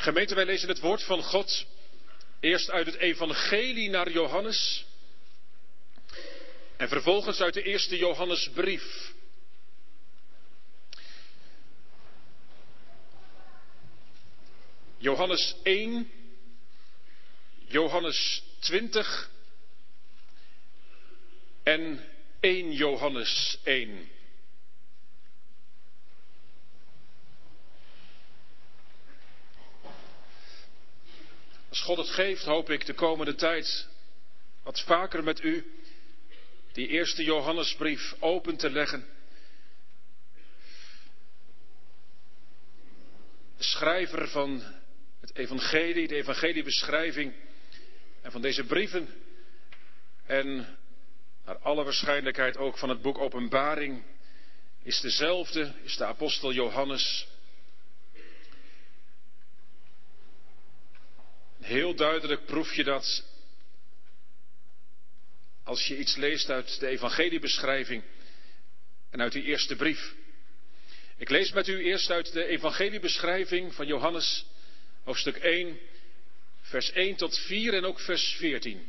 Gemeente, wij lezen het woord van God eerst uit het evangelie naar Johannes en vervolgens uit de eerste Johannesbrief. Johannes 1, Johannes 20 en 1 Johannes 1. Als God het geeft, hoop ik de komende tijd wat vaker met u die eerste Johannesbrief open te leggen. De schrijver van het evangelie, de evangeliebeschrijving en van deze brieven en naar alle waarschijnlijkheid ook van het boek Openbaring is dezelfde, is de apostel Johannes. Heel duidelijk proef je dat als je iets leest uit de evangeliebeschrijving en uit die eerste brief. Ik lees met u eerst uit de evangeliebeschrijving van Johannes, hoofdstuk 1, vers 1 tot 4 en ook vers 14.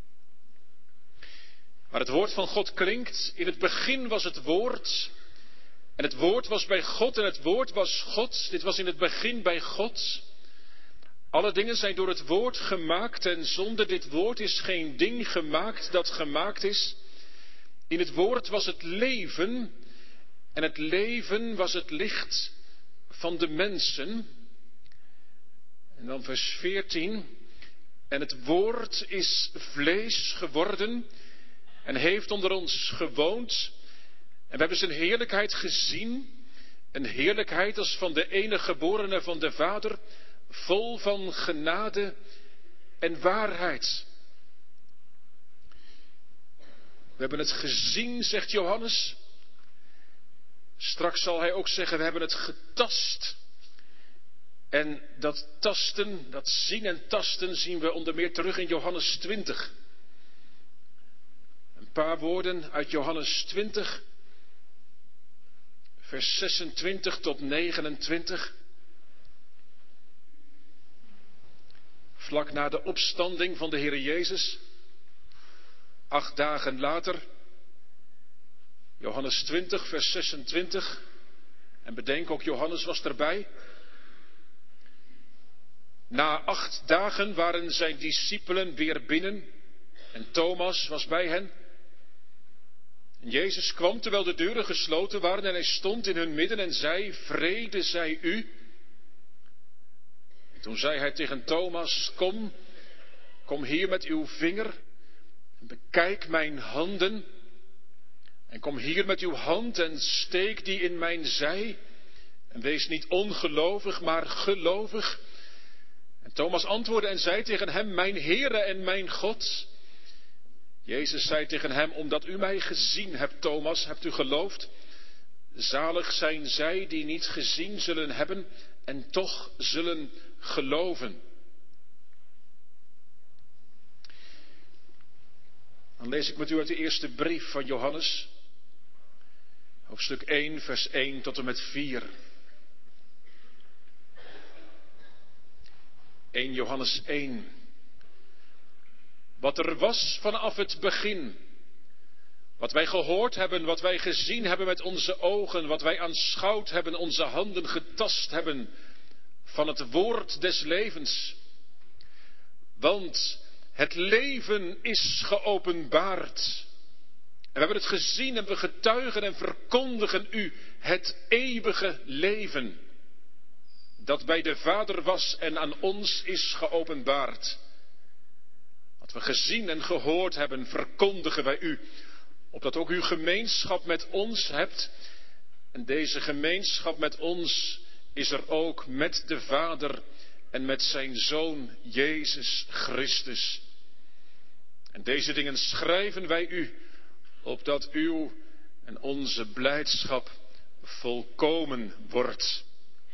Waar het woord van God klinkt, in het begin was het woord, en het woord was bij God en het woord was God. Dit was in het begin bij God. Alle dingen zijn door het woord gemaakt en zonder dit woord is geen ding gemaakt dat gemaakt is. In het woord was het leven en het leven was het licht van de mensen. En dan vers 14. En het woord is vlees geworden en heeft onder ons gewoond. En we hebben zijn heerlijkheid gezien. Een heerlijkheid als van de enige geborene van de Vader, vol van genade en waarheid. We hebben het gezien, zegt Johannes. Straks zal hij ook zeggen, we hebben het getast. En dat tasten, dat zien en tasten zien we onder meer terug in Johannes 20. Een paar woorden uit Johannes 20, vers 26 tot 29. Vlak na de opstanding van de Heere Jezus, 8 dagen later, Johannes 20, vers 26. En bedenk, ook Johannes was erbij. Na 8 dagen waren zijn discipelen weer binnen en Thomas was bij hen. En Jezus kwam terwijl de deuren gesloten waren en hij stond in hun midden en zei, vrede zij u. En toen zei hij tegen Thomas, kom hier met uw vinger en bekijk mijn handen. En kom hier met uw hand en steek die in mijn zij. En wees niet ongelovig, maar gelovig. En Thomas antwoordde en zei tegen hem, mijn Heere en mijn God. Jezus zei tegen hem, omdat u mij gezien hebt, Thomas, hebt u geloofd? Zalig zijn zij die niet gezien zullen hebben en toch zullen geloven. Dan lees ik met u uit de eerste brief van Johannes, hoofdstuk 1, vers 1 tot en met 4. 1 Johannes 1. Wat er was vanaf het begin, wat wij gehoord hebben, wat wij gezien hebben met onze ogen, wat wij aanschouwd hebben, onze handen getast hebben van het woord des levens. Want het leven is geopenbaard. En we hebben het gezien en we getuigen en verkondigen u het eeuwige leven, dat bij de Vader was en aan ons is geopenbaard. Wat we gezien en gehoord hebben, verkondigen wij u, opdat ook u gemeenschap met ons hebt. En deze gemeenschap met ons is er ook met de Vader en met zijn Zoon Jezus Christus. En deze dingen schrijven wij u, opdat uw en onze blijdschap volkomen wordt.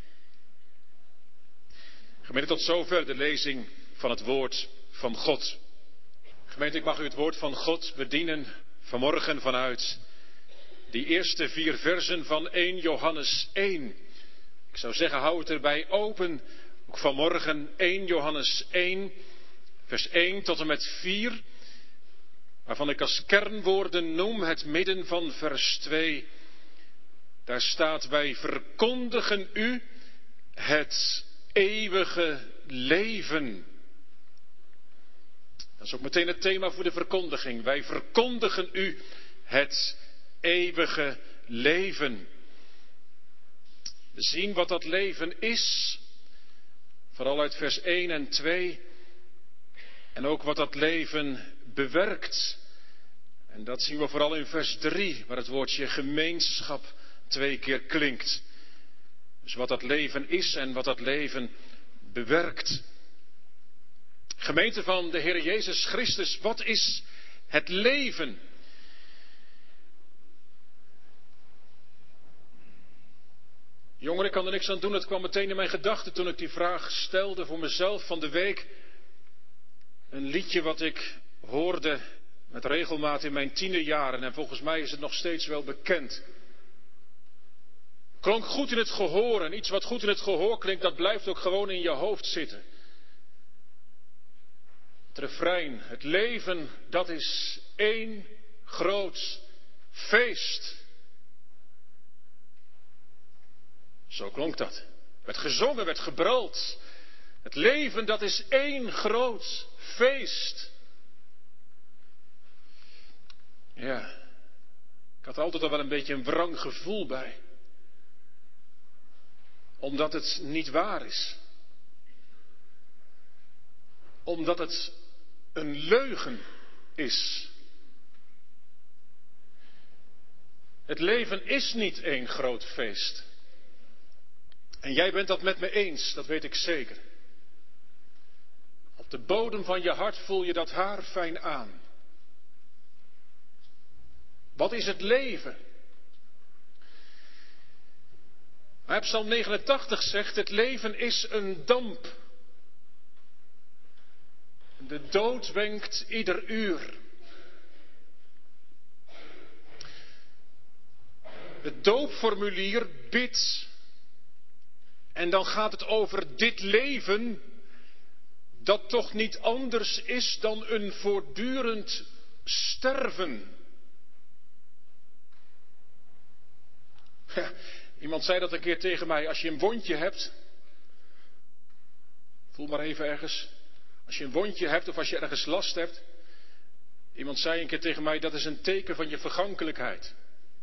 Gemeente, tot zover de lezing van het woord van God. Gemeente, ik mag u het woord van God bedienen vanmorgen vanuit die eerste 4 versen van 1 Johannes 1. Ik zou zeggen, hou het erbij open, Ook vanmorgen 1 Johannes 1, vers 1 tot en met 4, waarvan ik als kernwoorden noem het midden van vers 2. Daar staat: wij verkondigen u het eeuwige leven. Dat is ook meteen het thema voor de verkondiging. Wij verkondigen u het eeuwige leven. We zien wat dat leven is, vooral uit vers 1 en 2. En ook wat dat leven bewerkt. En dat zien we vooral in vers 3, waar het woordje gemeenschap 2 keer klinkt. Dus wat dat leven is en wat dat leven bewerkt. Gemeente van de Heer Jezus Christus, wat is het leven? Jongeren, ik kan er niks aan doen. Het kwam meteen in mijn gedachten toen ik die vraag stelde voor mezelf van de week. Een liedje wat ik hoorde met regelmaat in mijn tienerjaren. En volgens mij is het nog steeds wel bekend. Klonk goed in het gehoor. En iets wat goed in het gehoor klinkt, dat blijft ook gewoon in je hoofd zitten. Het refrein. Het leven, dat is één groot feest. Zo klonk dat. Werd gezongen, werd gebruld. Het leven, dat is één groot feest. Ja, ik had er altijd al wel een beetje een wrang gevoel bij. Omdat het niet waar is. Omdat het een leugen is. Het leven is niet één groot feest. En jij bent dat met me eens, dat weet ik zeker. Op de bodem van je hart voel je dat haarfijn aan. Wat is het leven? Maar Psalm 89 zegt, het leven is een damp. De dood wenkt ieder uur. Het doopformulier bidt. En dan gaat het over dit leven, dat toch niet anders is dan een voortdurend sterven. Ja, iemand zei dat een keer tegen mij, als je een wondje hebt, voel maar even ergens, als je een wondje hebt of als je ergens last hebt, iemand zei een keer tegen mij, dat is een teken van je vergankelijkheid.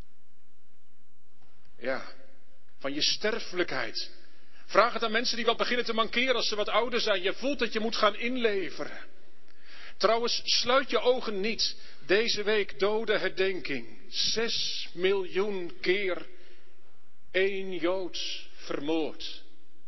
Ja, van je sterfelijkheid. Vraag het aan mensen die wat beginnen te mankeren als ze wat ouder zijn. Je voelt dat je moet gaan inleveren. Trouwens, sluit je ogen niet. Deze week dode herdenking. 6 miljoen keer 1 Jood vermoord.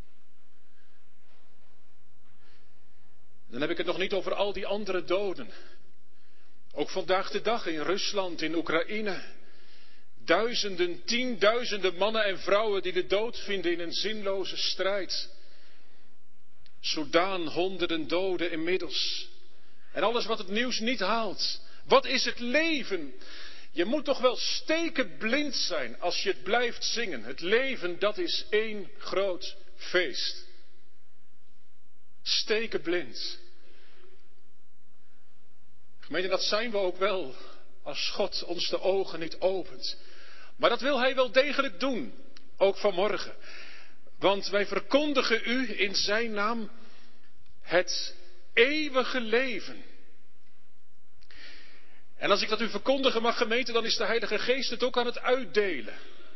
Dan heb ik het nog niet over al die andere doden. Ook vandaag de dag in Rusland, in Oekraïne. Duizenden, tienduizenden mannen en vrouwen die de dood vinden in een zinloze strijd. Soedan, honderden doden inmiddels. En alles wat het nieuws niet haalt. Wat is het leven? Je moet toch wel stekenblind zijn als je het blijft zingen. Het leven, dat is één groot feest. Stekenblind. Gemeente, dat zijn we ook wel als God ons de ogen niet opent. Maar dat wil Hij wel degelijk doen, ook vanmorgen. Want wij verkondigen u in zijn naam het eeuwige leven. En als ik dat u verkondigen mag, gemeente, dan is de Heilige Geest het ook aan het uitdelen.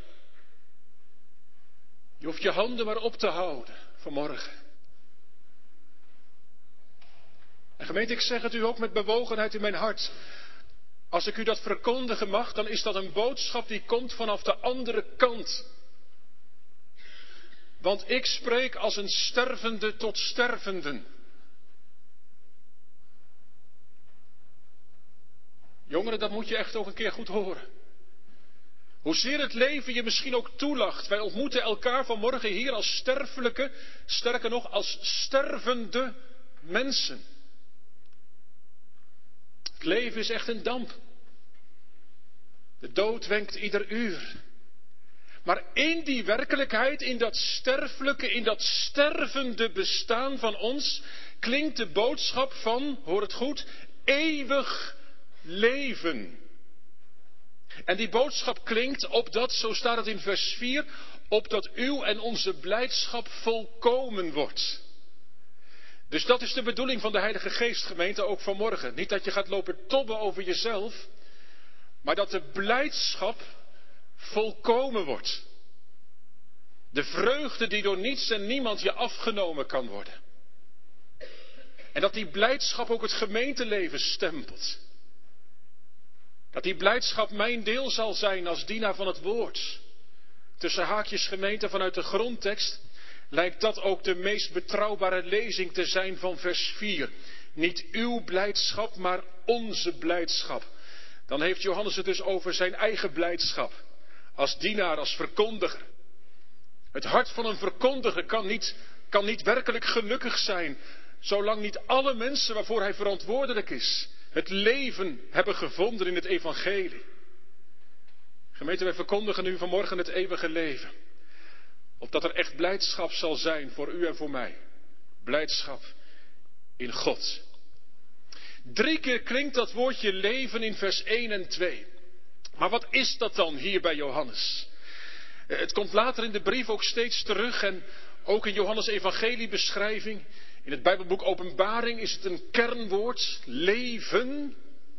Je hoeft je handen maar op te houden vanmorgen. En gemeente, ik zeg het u ook met bewogenheid in mijn hart. Als ik u dat verkondigen mag, dan is dat een boodschap die komt vanaf de andere kant. Want ik spreek als een stervende tot stervenden. Jongeren, dat moet je echt ook een keer goed horen. Hoezeer het leven je misschien ook toelacht. Wij ontmoeten elkaar vanmorgen hier als sterfelijke, sterker nog als stervende mensen. Het leven is echt een damp. De dood wenkt ieder uur. Maar in die werkelijkheid, in dat sterfelijke, in dat stervende bestaan van ons, klinkt de boodschap van, hoor het goed, eeuwig leven. En die boodschap klinkt opdat, zo staat het in vers 4, opdat uw en onze blijdschap volkomen wordt. Dus dat is de bedoeling van de Heilige Geest, gemeente, ook vanmorgen. Niet dat je gaat lopen tobben over jezelf, maar dat de blijdschap volkomen wordt. De vreugde die door niets en niemand je afgenomen kan worden. En dat die blijdschap ook het gemeenteleven stempelt. Dat die blijdschap mijn deel zal zijn als dienaar van het woord. Tussen haakjes gemeente vanuit de grondtekst lijkt dat ook de meest betrouwbare lezing te zijn van vers 4. Niet uw blijdschap, maar onze blijdschap. Dan heeft Johannes het dus over zijn eigen blijdschap. Als dienaar, als verkondiger. Het hart van een verkondiger kan niet werkelijk gelukkig zijn, zolang niet alle mensen waarvoor hij verantwoordelijk is, het leven hebben gevonden in het evangelie. Gemeente, wij verkondigen nu vanmorgen het eeuwige leven. Opdat er echt blijdschap zal zijn voor u en voor mij. Blijdschap in God. 3 keer klinkt dat woordje leven in vers 1 en 2. Maar wat is dat dan hier bij Johannes? Het komt later in de brief ook steeds terug en ook in Johannes' evangeliebeschrijving. In het Bijbelboek Openbaring is het een kernwoord, leven.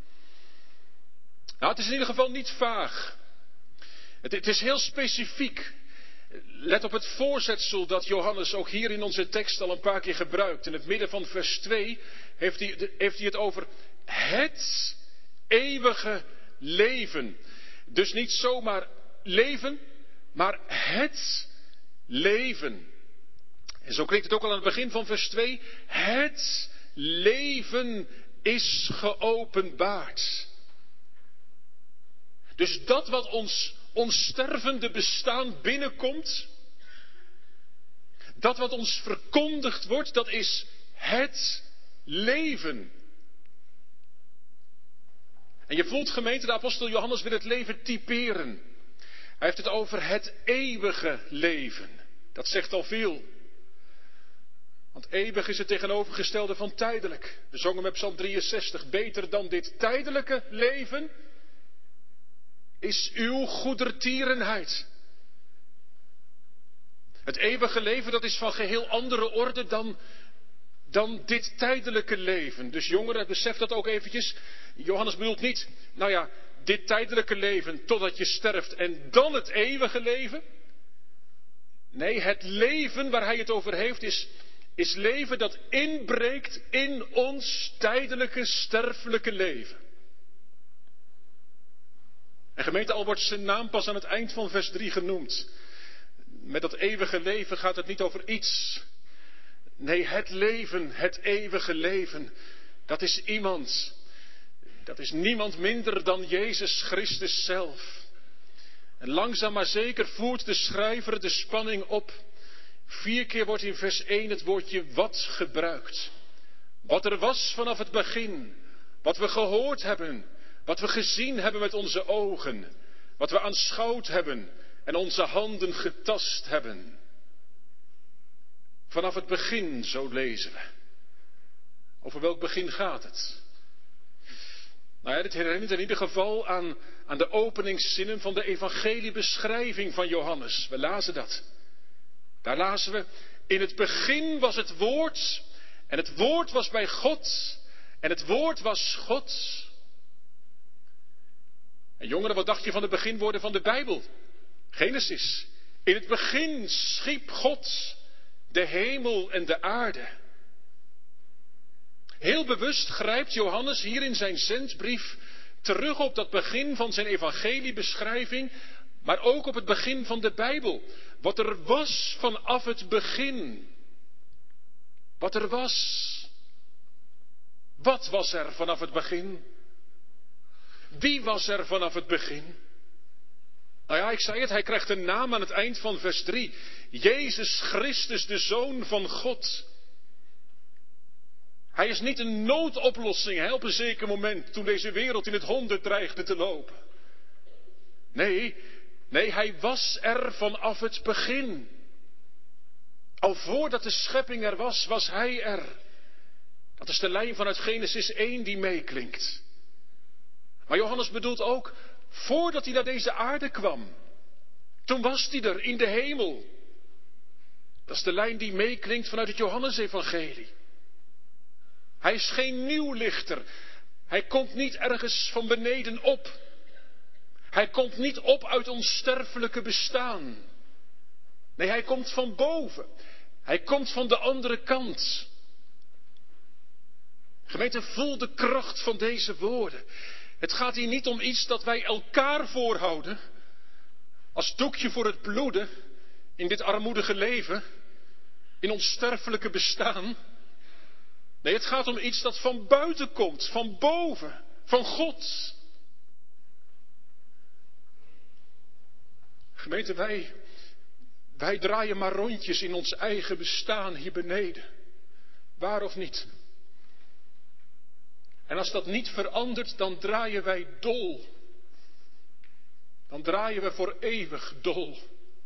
Nou, het is in ieder geval niet vaag. Het is heel specifiek. Let op het voorzetsel dat Johannes ook hier in onze tekst al een paar keer gebruikt. In het midden van vers 2 heeft hij het over het eeuwige leven. Dus niet zomaar leven, maar het leven. En zo klinkt het ook al aan het begin van vers 2. Het leven is geopenbaard. Dus dat wat ons onstervende bestaan binnenkomt, dat wat ons verkondigd wordt, dat is het leven. En je voelt, gemeente, de apostel Johannes wil het leven typeren. Hij heeft het over het eeuwige leven. Dat zegt al veel. Want eeuwig is het tegenovergestelde van tijdelijk. We zongen met Psalm 63. Beter dan dit tijdelijke leven is uw goedertierenheid. Het eeuwige leven, dat is van geheel andere orde dan dit tijdelijke leven. Dus jongeren, besef dat ook eventjes. Johannes bedoelt niet, dit tijdelijke leven totdat je sterft en dan het eeuwige leven. Nee, het leven waar hij het over heeft is leven dat inbreekt in ons tijdelijke, sterfelijke leven. En gemeente, al wordt zijn naam pas aan het eind van vers 3 genoemd. Met dat eeuwige leven gaat het niet over iets. Nee, het leven, het eeuwige leven, dat is iemand. Dat is niemand minder dan Jezus Christus zelf. En langzaam maar zeker voert de schrijver de spanning op. 4 keer wordt in vers 1 het woordje wat gebruikt. Wat er was vanaf het begin. Wat we gehoord hebben. Wat we gezien hebben met onze ogen. Wat we aanschouwd hebben en onze handen getast hebben. Vanaf het begin, zo lezen we. Over welk begin gaat het? Dit herinnert in ieder geval aan de openingszinnen van de evangeliebeschrijving van Johannes. We lazen dat. Daar lazen we, in het begin was het woord en het woord was bij God en het woord was God. En jongeren, wat dacht je van de beginwoorden van de Bijbel? Genesis. In het begin schiep God de hemel en de aarde. Heel bewust grijpt Johannes hier in zijn zendbrief terug op dat begin van zijn evangeliebeschrijving, maar ook op het begin van de Bijbel. Wat er was vanaf het begin. Wat er was. Wat was er vanaf het begin? Wie was er vanaf het begin? Ik zei het, hij krijgt een naam aan het eind van vers 3. Jezus Christus, de Zoon van God. Hij is niet een noodoplossing op een zeker moment toen deze wereld in het honderd dreigde te lopen. Nee, Nee, hij was er vanaf het begin. Al voordat de schepping er was, was hij er. Dat is de lijn vanuit Genesis 1 die meeklinkt. Maar Johannes bedoelt ook, voordat hij naar deze aarde kwam, toen was hij er in de hemel. Dat is de lijn die meeklinkt vanuit het Johannesevangelie. Hij is geen nieuwlichter. Hij komt niet ergens van beneden op. Hij komt niet op uit ons sterfelijke bestaan. Nee, hij komt van boven. Hij komt van de andere kant. Gemeente, voel de kracht van deze woorden. Het gaat hier niet om iets dat wij elkaar voorhouden, als doekje voor het bloeden, in dit armoedige leven, in ons sterfelijke bestaan. Nee, het gaat om iets dat van buiten komt, van boven, van God. Gemeente, wij draaien maar rondjes in ons eigen bestaan hier beneden. Waar of niet? En als dat niet verandert, dan draaien wij dol. Dan draaien we voor eeuwig dol.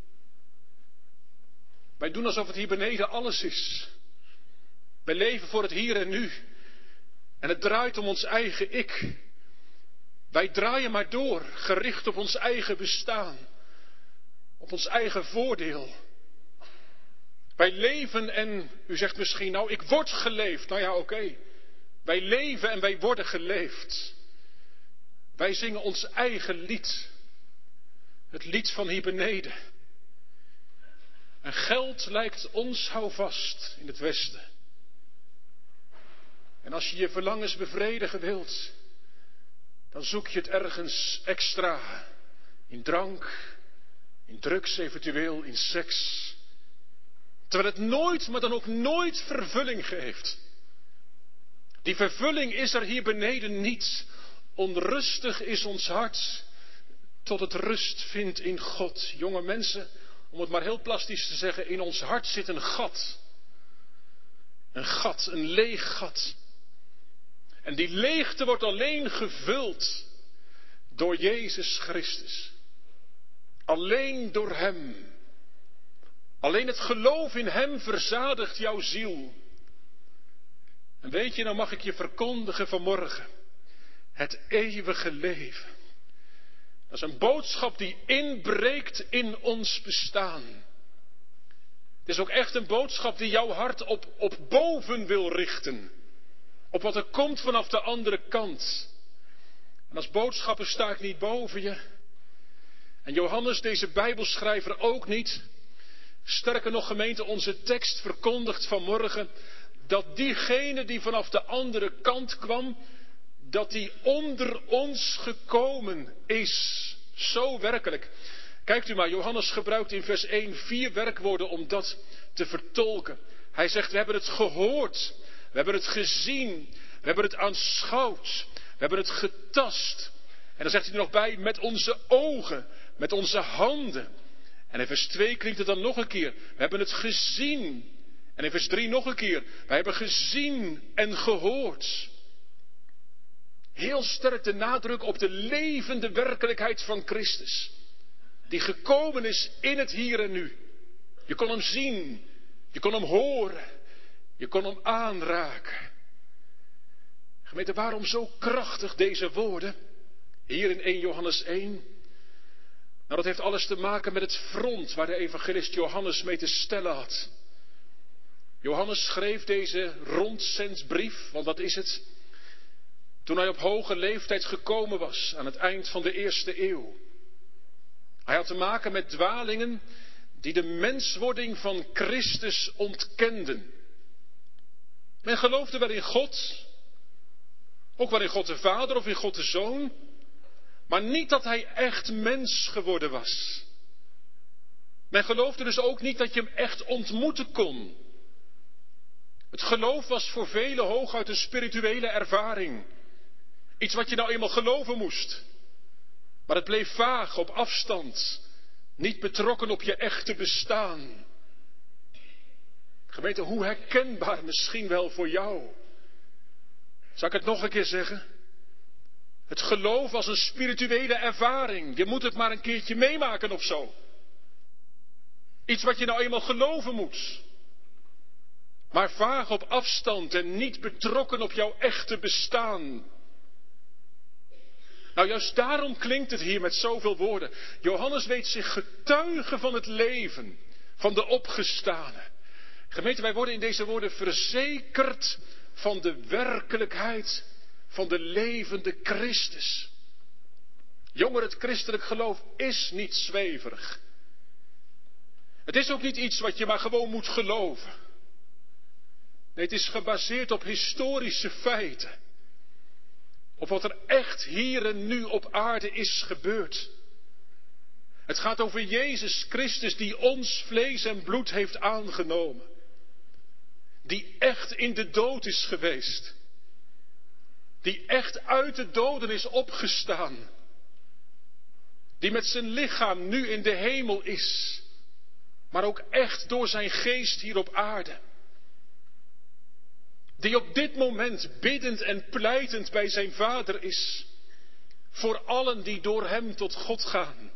Wij doen alsof het hier beneden alles is. Wij leven voor het hier en nu. En het draait om ons eigen ik. Wij draaien maar door, gericht op ons eigen bestaan. Op ons eigen voordeel. Wij leven en u zegt misschien, nou ik word geleefd. Nou ja, oké. Wij leven en wij worden geleefd. Wij zingen ons eigen lied. Het lied van hier beneden. En geld lijkt ons houvast in het Westen. En als je je verlangens bevredigen wilt, dan zoek je het ergens extra. In drank, in drugs eventueel, in seks. Terwijl het nooit, maar dan ook nooit vervulling geeft. Die vervulling is er hier beneden niet. Onrustig is ons hart, tot het rust vindt in God. Jonge mensen, om het maar heel plastisch te zeggen, in ons hart zit een gat. Een gat, een leeg gat. En die leegte wordt alleen gevuld door Jezus Christus. Alleen door Hem. Alleen het geloof in Hem verzadigt jouw ziel. En weet je, nou mag ik je verkondigen vanmorgen. Het eeuwige leven. Dat is een boodschap die inbreekt in ons bestaan. Het is ook echt een boodschap die jouw hart op boven wil richten. Op wat er komt vanaf de andere kant. En als boodschapper sta ik niet boven je. En Johannes, deze Bijbelschrijver, ook niet. Sterker nog, gemeente, onze tekst verkondigt vanmorgen dat diegene die vanaf de andere kant kwam, dat die onder ons gekomen is. Zo werkelijk. Kijkt u maar, Johannes gebruikt in vers 1 4 werkwoorden om dat te vertolken. Hij zegt, we hebben het gehoord, we hebben het gezien, we hebben het aanschouwd, we hebben het getast. En dan zegt hij er nog bij, met onze ogen, met onze handen. En in vers 2 klinkt het dan nog een keer, we hebben het gezien. En in vers 3 nog een keer, wij hebben gezien en gehoord. Heel sterk de nadruk op de levende werkelijkheid van Christus. Die gekomen is in het hier en nu. Je kon hem zien, je kon hem horen, je kon hem aanraken. Gemeente, waarom zo krachtig deze woorden? Hier in 1 Johannes 1. Nou, dat heeft alles te maken met het front waar de evangelist Johannes mee te stellen had. Johannes schreef deze rondzendbrief, want wat is het? Toen hij op hoge leeftijd gekomen was aan het eind van de 1e eeuw. Hij had te maken met dwalingen die de menswording van Christus ontkenden. Men geloofde wel in God, ook wel in God de Vader of in God de Zoon, maar niet dat hij echt mens geworden was. Men geloofde dus ook niet dat je hem echt ontmoeten kon. Het geloof was voor velen hooguit een spirituele ervaring. Iets wat je nou eenmaal geloven moest. Maar het bleef vaag, op afstand. Niet betrokken op je echte bestaan. Gemeente, hoe herkenbaar misschien wel voor jou. Zal ik het nog een keer zeggen? Het geloof als een spirituele ervaring. Je moet het maar een keertje meemaken of zo. Iets wat je nou eenmaal geloven moet. Maar vaag op afstand en niet betrokken op jouw echte bestaan. Nou, juist daarom klinkt het hier met zoveel woorden. Johannes weet zich getuige van het leven, van de opgestane. Gemeente, wij worden in deze woorden verzekerd van de werkelijkheid van de levende Christus. Jonger, het christelijk geloof is niet zweverig. Het is ook niet iets wat je maar gewoon moet geloven. Nee, het is gebaseerd op historische feiten. Op wat er echt hier en nu op aarde is gebeurd. Het gaat over Jezus Christus die ons vlees en bloed heeft aangenomen. Die echt in de dood is geweest. Die echt uit de doden is opgestaan. Die met zijn lichaam nu in de hemel is. Maar ook echt door zijn geest hier op aarde. Die op dit moment biddend en pleitend bij zijn Vader is. Voor allen die door hem tot God gaan.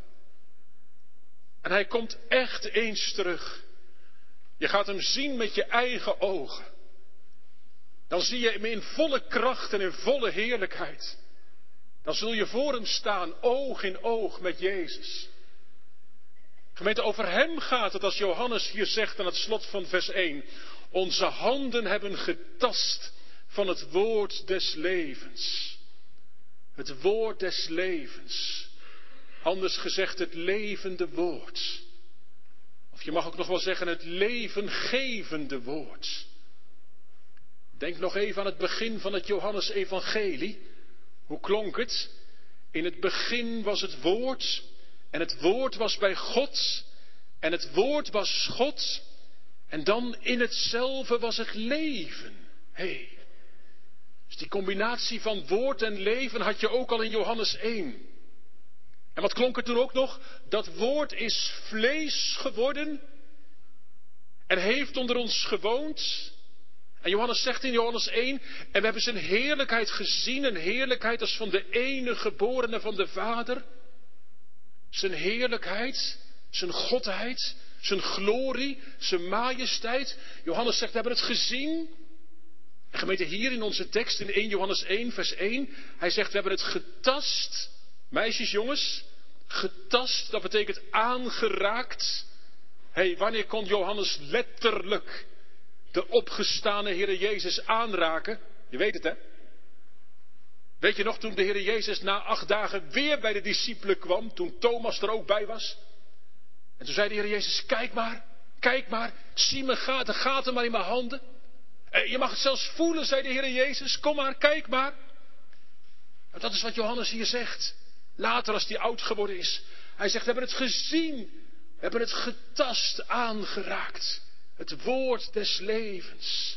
En hij komt echt eens terug. Je gaat hem zien met je eigen ogen. Dan zie je hem in volle kracht en in volle heerlijkheid. Dan zul je voor hem staan, oog in oog met Jezus. Gemeente, over hem gaat het als Johannes hier zegt aan het slot van vers 1. Onze handen hebben getast van het woord des levens. Het woord des levens. Anders gezegd het levende woord. Of je mag ook nog wel zeggen het levengevende woord. Denk nog even aan het begin van het Johannes-evangelie. Hoe klonk het? In het begin was het woord. En het woord was bij God. En het woord was God. En dan in hetzelfde was het leven. Dus die combinatie van woord en leven had je ook al in Johannes 1. En wat klonk er toen ook nog? Dat woord is vlees geworden. En heeft onder ons gewoond. En Johannes zegt in Johannes 1. En we hebben zijn heerlijkheid gezien. Een heerlijkheid als van de enige geborene van de Vader. Zijn heerlijkheid. Zijn godheid. Zijn glorie. Zijn majesteit. Johannes zegt we hebben het gezien. En gemeente hier in onze tekst in 1 Johannes 1 vers 1. Hij zegt we hebben het getast. Meisjes, jongens. Getast, dat betekent aangeraakt. Wanneer kon Johannes letterlijk de opgestane Heere Jezus aanraken? Je weet het, hè? Weet je nog, toen de Heere Jezus na 8 dagen weer bij de discipelen kwam, toen Thomas er ook bij was. En toen zei de Heere Jezus, kijk maar, zie de gaten maar in mijn handen. Je mag het zelfs voelen, zei de Heere Jezus, kom maar, kijk maar. Nou, dat is wat Johannes hier zegt. Later als hij oud geworden is. Hij zegt, we hebben het gezien. We hebben het getast, aangeraakt. Het woord des levens.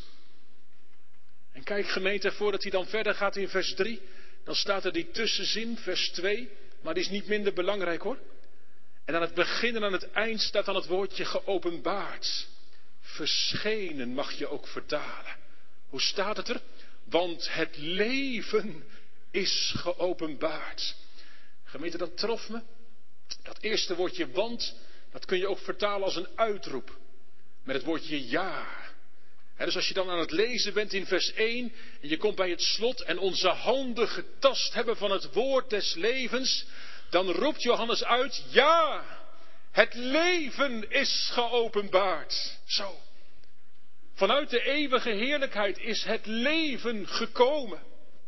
En kijk gemeente, voordat hij dan verder gaat in vers 3. Dan staat er die tussenzin, vers 2. Maar die is niet minder belangrijk hoor. En aan het begin en aan het eind staat dan het woordje geopenbaard. Verschenen mag je ook vertalen. Hoe staat het er? Want het leven is geopenbaard. Gemeente, dat trof me. Dat eerste woordje want, dat kun je ook vertalen als een uitroep. Met het woordje ja. Dus als je dan aan het lezen bent in vers 1 en je komt bij het slot en onze handen getast hebben van het woord des levens, dan roept Johannes uit, ja, het leven is geopenbaard. Zo. Vanuit de eeuwige heerlijkheid is het leven gekomen.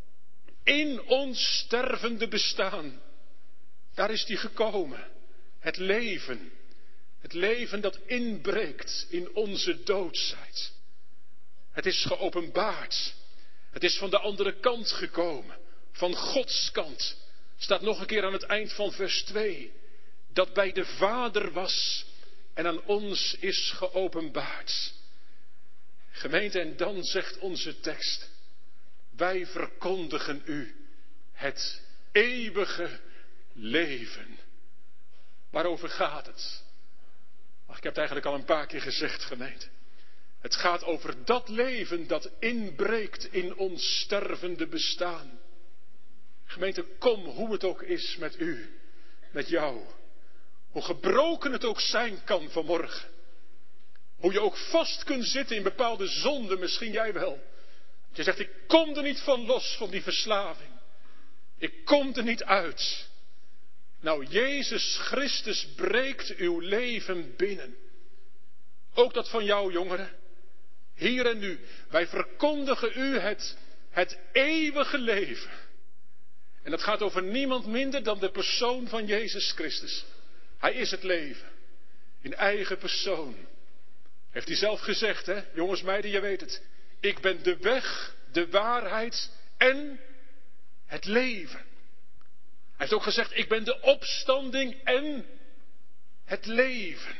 In ons stervende bestaan. Daar is die gekomen. Het leven. Het leven dat inbreekt in onze doodsheid. Het is geopenbaard. Het is van de andere kant gekomen. Van Gods kant. Staat nog een keer aan het eind van vers 2. Dat bij de Vader was en aan ons is geopenbaard. Gemeente, en dan zegt onze tekst. Wij verkondigen u het eeuwige leven. Waarover gaat het? Ach, ik heb het eigenlijk al een paar keer gezegd, gemeente. Het gaat over dat leven dat inbreekt in ons stervende bestaan. Gemeente, kom hoe het ook is met u, met jou. Hoe gebroken het ook zijn kan vanmorgen. Hoe je ook vast kunt zitten in bepaalde zonden, misschien jij wel. Je zegt, ik kom er niet van los van die verslaving. Ik kom er niet uit. Nou, Jezus Christus breekt uw leven binnen. Ook dat van jou, jongeren. Hier en nu. Wij verkondigen u het eeuwige leven. En dat gaat over niemand minder dan de persoon van Jezus Christus. Hij is het leven. In eigen persoon. Heeft hij zelf gezegd, hè? Jongens, meiden, je weet het. Ik ben de weg, de waarheid en het leven. Hij heeft ook gezegd, ik ben de opstanding en het leven.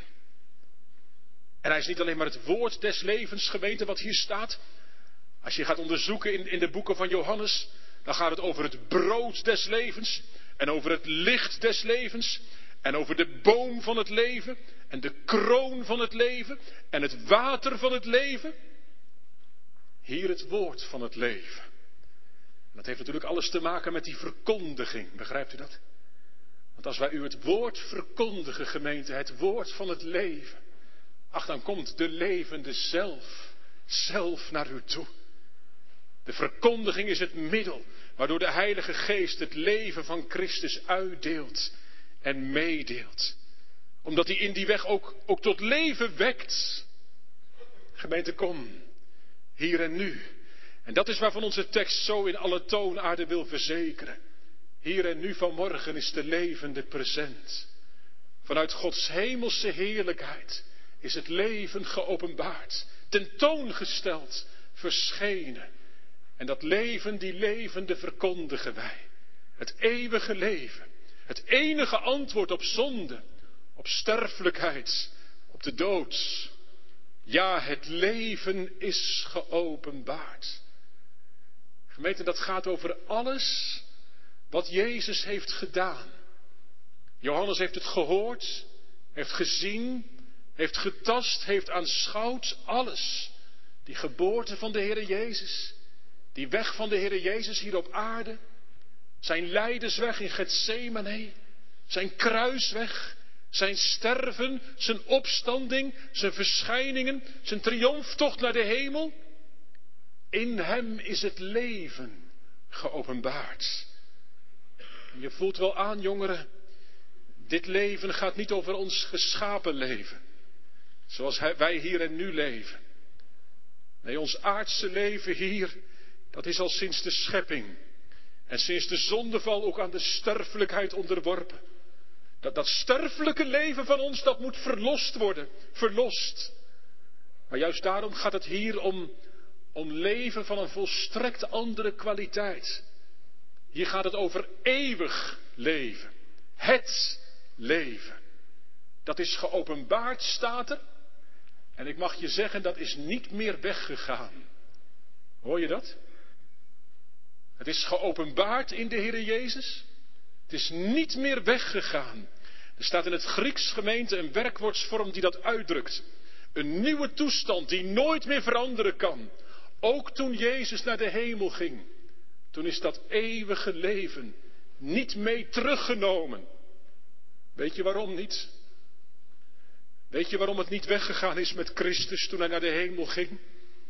En hij is niet alleen maar het woord des levens, gemeente, wat hier staat. Als je gaat onderzoeken in de boeken van Johannes, dan gaat het over het brood des levens. En over het licht des levens. En over de boom van het leven. En de kroon van het leven. En het water van het leven. Hier het woord van het leven. En dat heeft natuurlijk alles te maken met die verkondiging. Begrijpt u dat? Want als wij u het woord verkondigen, gemeente, het woord van het leven. Ach, dan komt de levende zelf naar u toe. De verkondiging is het middel waardoor de Heilige Geest het leven van Christus uitdeelt en meedeelt. Omdat hij in die weg ook tot leven wekt. Gemeente, kom, hier en nu. En dat is waarvan onze tekst zo in alle toonaarden wil verzekeren. Hier en nu vanmorgen is de levende present. Vanuit Gods hemelse heerlijkheid is het leven geopenbaard, tentoongesteld, verschenen. En dat leven, die levende verkondigen wij. Het eeuwige leven. Het enige antwoord op zonde, op sterfelijkheid, op de dood. Ja, het leven is geopenbaard. Gemeente, dat gaat over alles wat Jezus heeft gedaan. Johannes heeft het gehoord, heeft gezien, heeft getast, heeft aanschouwd, alles. Die geboorte van de Heere Jezus, die weg van de Heere Jezus hier op aarde, zijn lijdensweg in Getsemane, zijn kruisweg, zijn sterven, zijn opstanding, zijn verschijningen, zijn triomftocht naar de hemel. In hem is het leven geopenbaard. Je voelt wel aan, jongeren, dit leven gaat niet over ons geschapen leven. Zoals wij hier en nu leven. Nee, ons aardse leven hier, dat is al sinds de schepping. En sinds de zondeval ook aan de sterfelijkheid onderworpen. Dat sterfelijke leven van ons, dat moet verlost worden. Verlost. Maar juist daarom gaat het hier om leven van een volstrekt andere kwaliteit. Hier gaat het over eeuwig leven. Het leven. Dat is geopenbaard, staat er. En ik mag je zeggen, dat is niet meer weggegaan. Hoor je dat? Het is geopenbaard in de Heere Jezus. Het is niet meer weggegaan. Er staat in het Grieks, gemeente, een werkwoordsvorm die dat uitdrukt. Een nieuwe toestand die nooit meer veranderen kan. Ook toen Jezus naar de hemel ging. Toen is dat eeuwige leven niet mee teruggenomen. Weet je waarom niet? Weet je waarom het niet weggegaan is met Christus toen hij naar de hemel ging?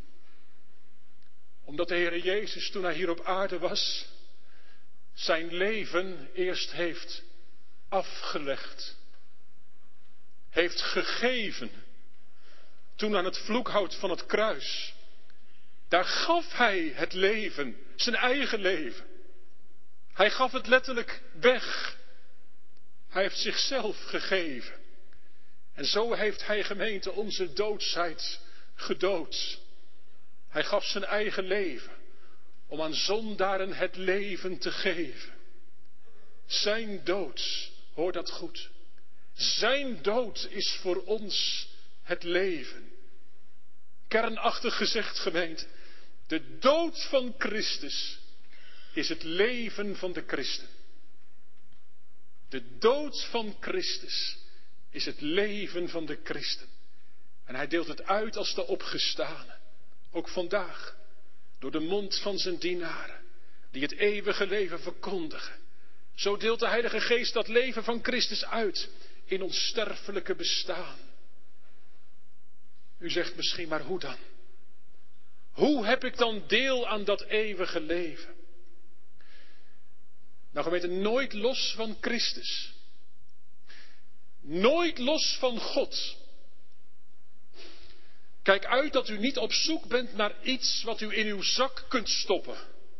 Omdat de Heer Jezus toen hij hier op aarde was, zijn leven eerst heeft afgelegd. Heeft gegeven. Toen aan het vloekhout van het kruis. Daar gaf hij het leven, zijn eigen leven. Hij gaf het letterlijk weg. Hij heeft zichzelf gegeven. En zo heeft hij, gemeente, onze doodsheid gedood. Hij gaf zijn eigen leven om aan zondaren het leven te geven. Zijn dood, hoor dat goed. Zijn dood is voor ons het leven. Kernachtig gezegd, gemeente, de dood van Christus is het leven van de christen. De dood van Christus is het leven van de christen. En hij deelt het uit als de opgestane. Ook vandaag, door de mond van zijn dienaren. die het eeuwige leven verkondigen. Zo deelt de Heilige Geest dat leven van Christus uit in ons sterfelijke bestaan. U zegt misschien, maar hoe dan? Hoe heb ik dan deel aan dat eeuwige leven? Nou gemeente, nooit los van Christus. Nooit los van God. Kijk uit dat u niet op zoek bent naar iets wat u in uw zak kunt stoppen.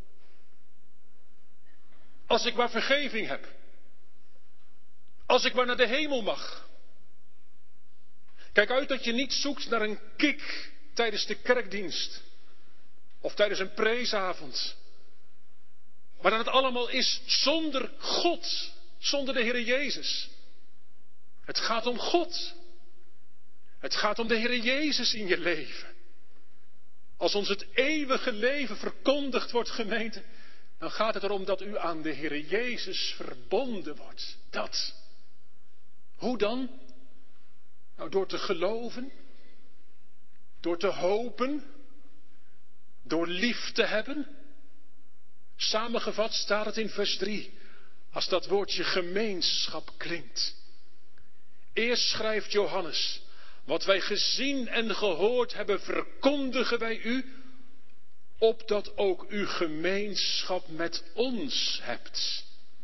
Als ik maar vergeving heb. Als ik maar naar de hemel mag. Kijk uit dat je niet zoekt naar een kick tijdens de kerkdienst. Of tijdens een preesavond. Maar dat het allemaal is zonder God. Zonder de Heer Jezus. Het gaat om God. Het gaat om de Heer Jezus in je leven. Als ons het eeuwige leven verkondigd wordt, gemeente, dan gaat het erom dat u aan de Heer Jezus verbonden wordt. Dat. Hoe dan? Nou, door te geloven. Door te hopen. Door lief te hebben. Samengevat staat het in vers 3. Als dat woordje gemeenschap klinkt. Eerst schrijft Johannes. Wat wij gezien en gehoord hebben, verkondigen wij u, opdat ook u gemeenschap met ons hebt.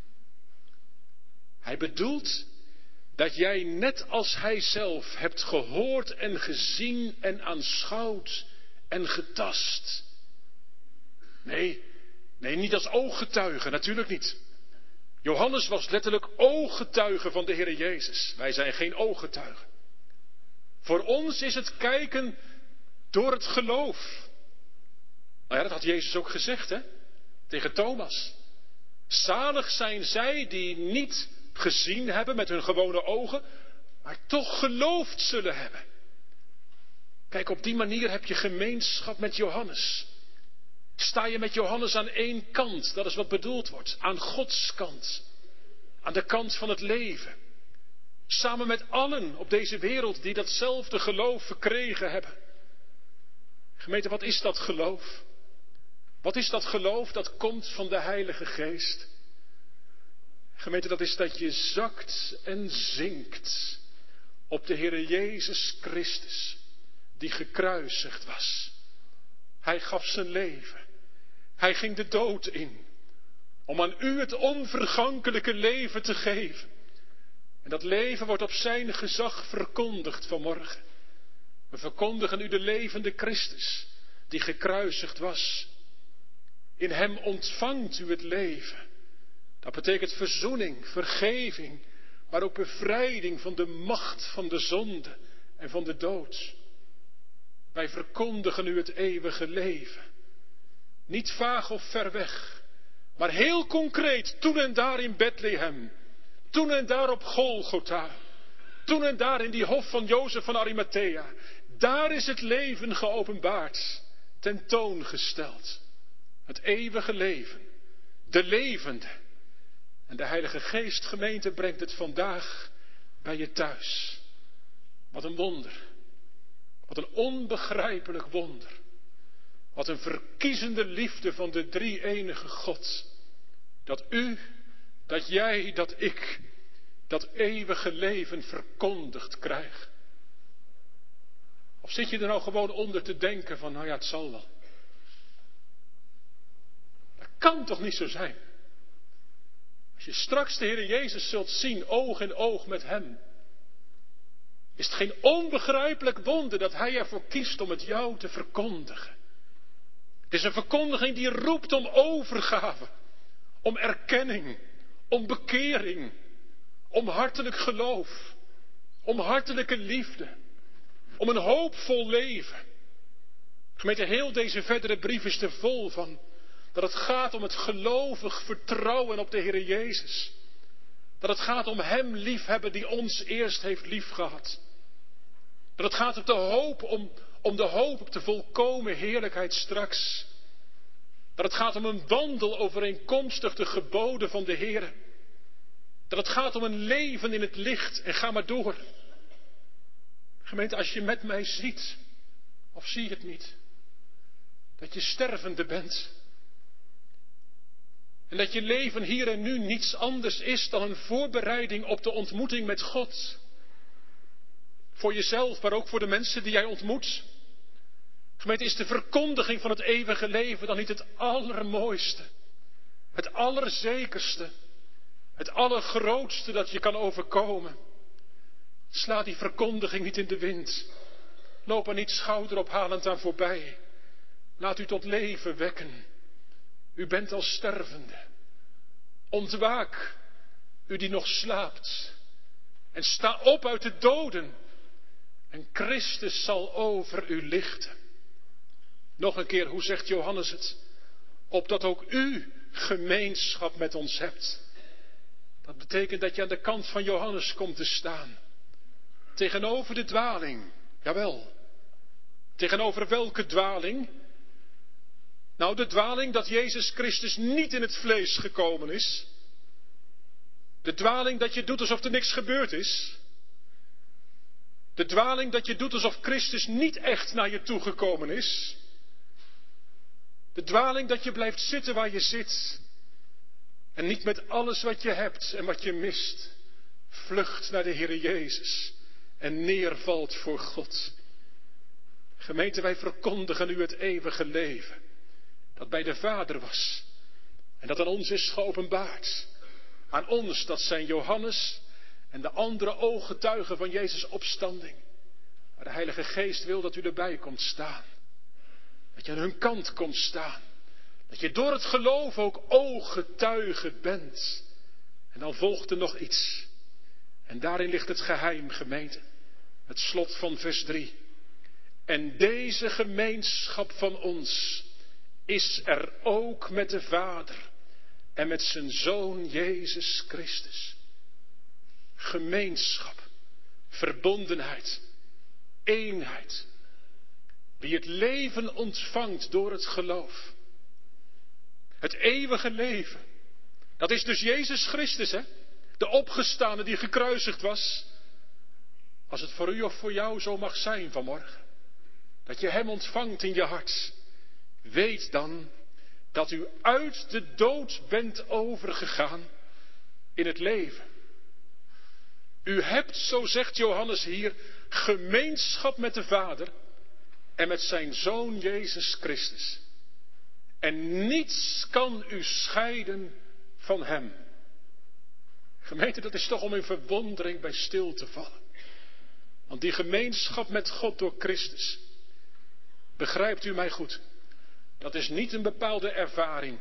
Hij bedoelt dat jij net als hij zelf hebt gehoord en gezien en aanschouwd en getast. Nee, niet als ooggetuige, natuurlijk niet. Johannes was letterlijk ooggetuige van de Heer Jezus. Wij zijn geen ooggetuigen. Voor ons is het kijken door het geloof. Nou ja, dat had Jezus ook gezegd, hè? Tegen Thomas. Zalig zijn zij die niet gezien hebben met hun gewone ogen, maar toch geloofd zullen hebben. Kijk, op die manier heb je gemeenschap met Johannes. Sta je met Johannes aan één kant, dat is wat bedoeld wordt. Aan Gods kant. Aan de kant van het leven. Samen met allen op deze wereld die datzelfde geloof verkregen hebben. Gemeente, wat is dat geloof? Wat is dat geloof dat komt van de Heilige Geest? Gemeente, dat is dat je zakt en zinkt op de Heer Jezus Christus, die gekruisigd was. Hij gaf zijn leven. Hij ging de dood in, om aan u het onvergankelijke leven te geven. En dat leven wordt op zijn gezag verkondigd vanmorgen. We verkondigen u de levende Christus, die gekruisigd was. In hem ontvangt u het leven. Dat betekent verzoening, vergeving, maar ook bevrijding van de macht van de zonde en van de dood. Wij verkondigen u het eeuwige leven. Niet vaag of ver weg, maar heel concreet, toen en daar in Bethlehem. Toen en daar op Golgotha. Toen en daar in die hof van Jozef van Arimathea. Daar is het leven geopenbaard, tentoongesteld. Het eeuwige leven, de levende. En de Heilige Geest, gemeente, brengt het vandaag bij je thuis. Wat een wonder. Wat een onbegrijpelijk wonder. Wat een verkiezende liefde van de drie-enige God. Dat u, dat jij, dat ik, dat eeuwige leven verkondigd krijg. Of zit je er nou gewoon onder te denken van, nou ja, het zal wel. Dat kan toch niet zo zijn? Als je straks de Heer Jezus zult zien, oog in oog met hem. Is het geen onbegrijpelijk wonder dat hij ervoor kiest om het jou te verkondigen. Het is een verkondiging die roept om overgave, om erkenning, om bekering, om hartelijk geloof, om hartelijke liefde, om een hoopvol leven. Gemeente, heel deze verdere brief is er vol van dat het gaat om het gelovig vertrouwen op de Heer Jezus. Dat het gaat om hem liefhebben die ons eerst heeft liefgehad. Dat het gaat om de hoop, om de hoop op de volkomen heerlijkheid straks. Dat het gaat om een wandel overeenkomstig de geboden van de Heer. Dat het gaat om een leven in het licht en ga maar door. Gemeente, als je met mij ziet, of zie je het niet, dat je stervende bent. En dat je leven hier en nu niets anders is dan een voorbereiding op de ontmoeting met God. Voor jezelf, maar ook voor de mensen die jij ontmoet. Gemeente, is de verkondiging van het eeuwige leven dan niet het allermooiste, het allerzekerste, het allergrootste dat je kan overkomen? Sla die verkondiging niet in de wind. Loop er niet schouderophalend aan voorbij. Laat u tot leven wekken. U bent al stervende. Ontwaak, u die nog slaapt. En sta op uit de doden. En Christus zal over u lichten. Nog een keer, hoe zegt Johannes het? Opdat ook u gemeenschap met ons hebt. Dat betekent dat je aan de kant van Johannes komt te staan. Tegenover de dwaling, jawel. Tegenover welke dwaling? Nou, de dwaling dat Jezus Christus niet in het vlees gekomen is. De dwaling dat je doet alsof er niks gebeurd is. De dwaling dat je doet alsof Christus niet echt naar je toegekomen is. De dwaling dat je blijft zitten waar je zit. En niet met alles wat je hebt en wat je mist. Vlucht naar de Heer Jezus. En neervalt voor God. Gemeente, wij verkondigen u het eeuwige leven. Dat bij de Vader was. En dat aan ons is geopenbaard. Aan ons, dat zijn Johannes en de andere ooggetuigen van Jezus' opstanding. Maar de Heilige Geest wil dat u erbij komt staan. Dat je aan hun kant komt staan. Dat je door het geloof ook ooggetuige bent. En dan volgt er nog iets. En daarin ligt het geheim, gemeente. Het slot van vers 3. En deze gemeenschap van ons is er ook met de Vader en met zijn Zoon Jezus Christus. Gemeenschap, verbondenheid, eenheid. Wie het leven ontvangt door het geloof. Het eeuwige leven. Dat is dus Jezus Christus, hè? De opgestane die gekruisigd was. Als het voor u of voor jou zo mag zijn vanmorgen. Dat je hem ontvangt in je hart. Weet dan dat u uit de dood bent overgegaan in het leven. U hebt, zo zegt Johannes hier, gemeenschap met de Vader en met zijn Zoon Jezus Christus. En niets kan u scheiden van hem. Gemeente, dat is toch om in verwondering bij stil te vallen. Want die gemeenschap met God door Christus, begrijpt u mij goed, dat is niet een bepaalde ervaring.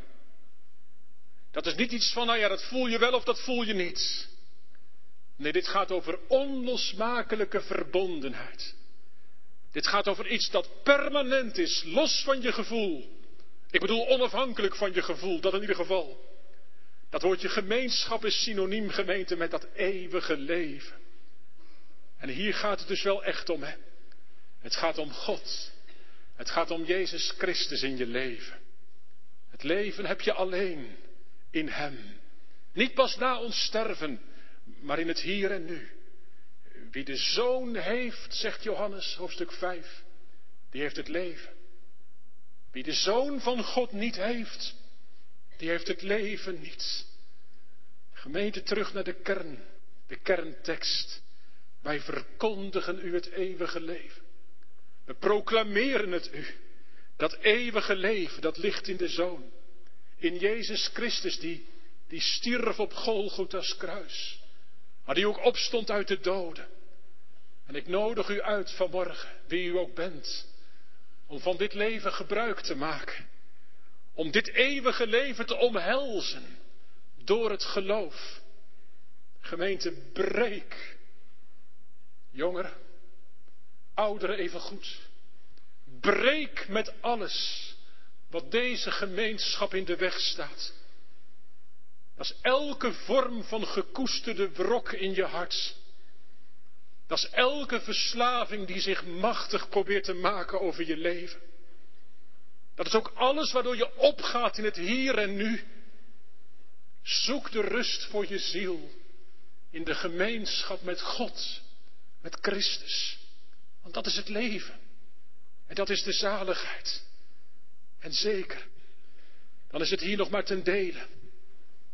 Dat is niet iets van, nou ja, dat voel je wel of dat voel je niet. Nee, dit gaat over onlosmakelijke verbondenheid. Dit gaat over iets dat permanent is, los van je gevoel. Ik bedoel onafhankelijk van je gevoel, dat in ieder geval. Dat woordje gemeenschap is synoniem, gemeente, met dat eeuwige leven. En hier gaat het dus wel echt om, hè. Het gaat om God. Het gaat om Jezus Christus in je leven. Het leven heb je alleen in hem. Niet pas na ons sterven, maar in het hier en nu. Wie de Zoon heeft, zegt Johannes, hoofdstuk 5, die heeft het leven. Wie de Zoon van God niet heeft, die heeft het leven niet. Gemeente, terug naar de kerntekst. Wij verkondigen u het eeuwige leven. We proclameren het u. Dat eeuwige leven, dat ligt in de Zoon. In Jezus Christus, die stierf op Golgotha's kruis. Maar die ook opstond uit de doden. En ik nodig u uit vanmorgen, wie u ook bent, om van dit leven gebruik te maken. Om dit eeuwige leven te omhelzen door het geloof. Gemeente, breek. Jongeren, ouderen evengoed. Breek met alles wat deze gemeenschap in de weg staat. Dat is elke vorm van gekoesterde wrok in je hart. Dat is elke verslaving die zich machtig probeert te maken over je leven. Dat is ook alles waardoor je opgaat in het hier en nu. Zoek de rust voor je ziel in de gemeenschap met God, met Christus. Want dat is het leven. En dat is de zaligheid. En zeker, dan is het hier nog maar ten dele.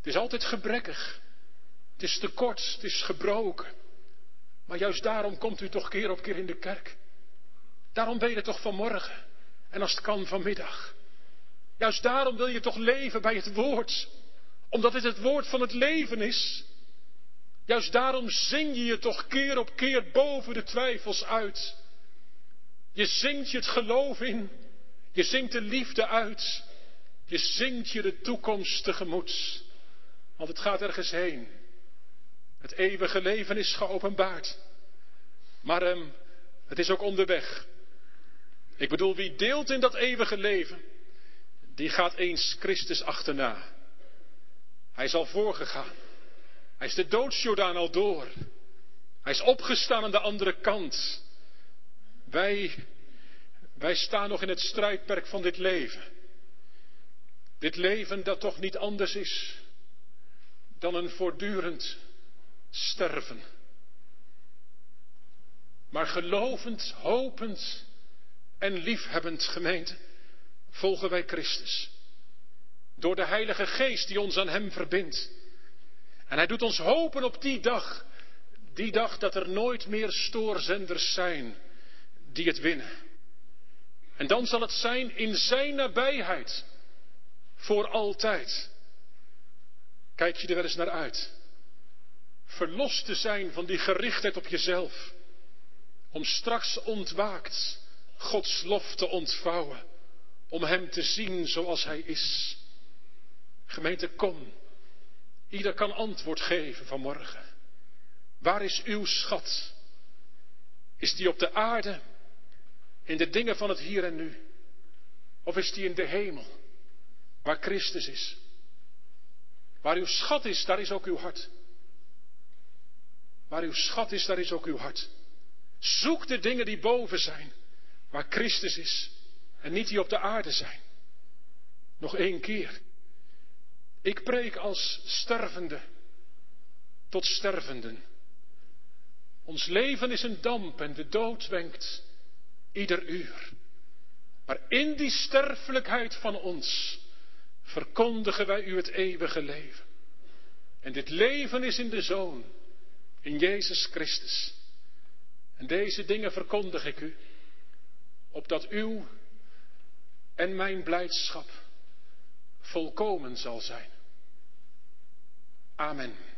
Het is altijd gebrekkig. Het is tekort, het is gebroken. Maar juist daarom komt u toch keer op keer in de kerk. Daarom ben je er toch vanmorgen. En als het kan vanmiddag. Juist daarom wil je toch leven bij het woord. Omdat dit het woord van het leven is. Juist daarom zing je je toch keer op keer boven de twijfels uit. Je zingt je het geloof in. Je zingt de liefde uit. Je zingt je de toekomst tegemoet. Want het gaat ergens heen. Het eeuwige leven is geopenbaard. Maar het is ook onderweg. Ik bedoel, wie deelt in dat eeuwige leven, die gaat eens Christus achterna. Hij is al voorgegaan. Hij is de doodsjordaan al door. Hij is opgestaan aan de andere kant. Wij staan nog in het strijdperk van dit leven. Dit leven dat toch niet anders is dan een voortdurend sterven. Maar gelovend, hopend en liefhebbend, gemeente, volgen wij Christus. Door de Heilige Geest die ons aan Hem verbindt. En Hij doet ons hopen op die dag dat er nooit meer stoorzenders zijn die het winnen. En dan zal het zijn in Zijn nabijheid, voor altijd. Kijk je er wel eens naar uit? Verlost te zijn van die gerichtheid op jezelf. Om straks ontwaakt Gods lof te ontvouwen. Om Hem te zien zoals Hij is. Gemeente, kom. Ieder kan antwoord geven vanmorgen. Waar is uw schat? Is die op de aarde, in de dingen van het hier en nu? Of is die in de hemel, waar Christus is? Waar uw schat is, daar is ook uw hart. Waar uw schat is, daar is ook uw hart. Zoek de dingen die boven zijn, waar Christus is en niet die op de aarde zijn. Nog 1 keer. Ik preek als stervende tot stervenden. Ons leven is een damp en de dood wenkt ieder uur. Maar in die sterfelijkheid van ons verkondigen wij u het eeuwige leven. En dit leven is in de Zoon, in Jezus Christus. En deze dingen verkondig ik u, opdat uw en mijn blijdschap volkomen zal zijn. Amen.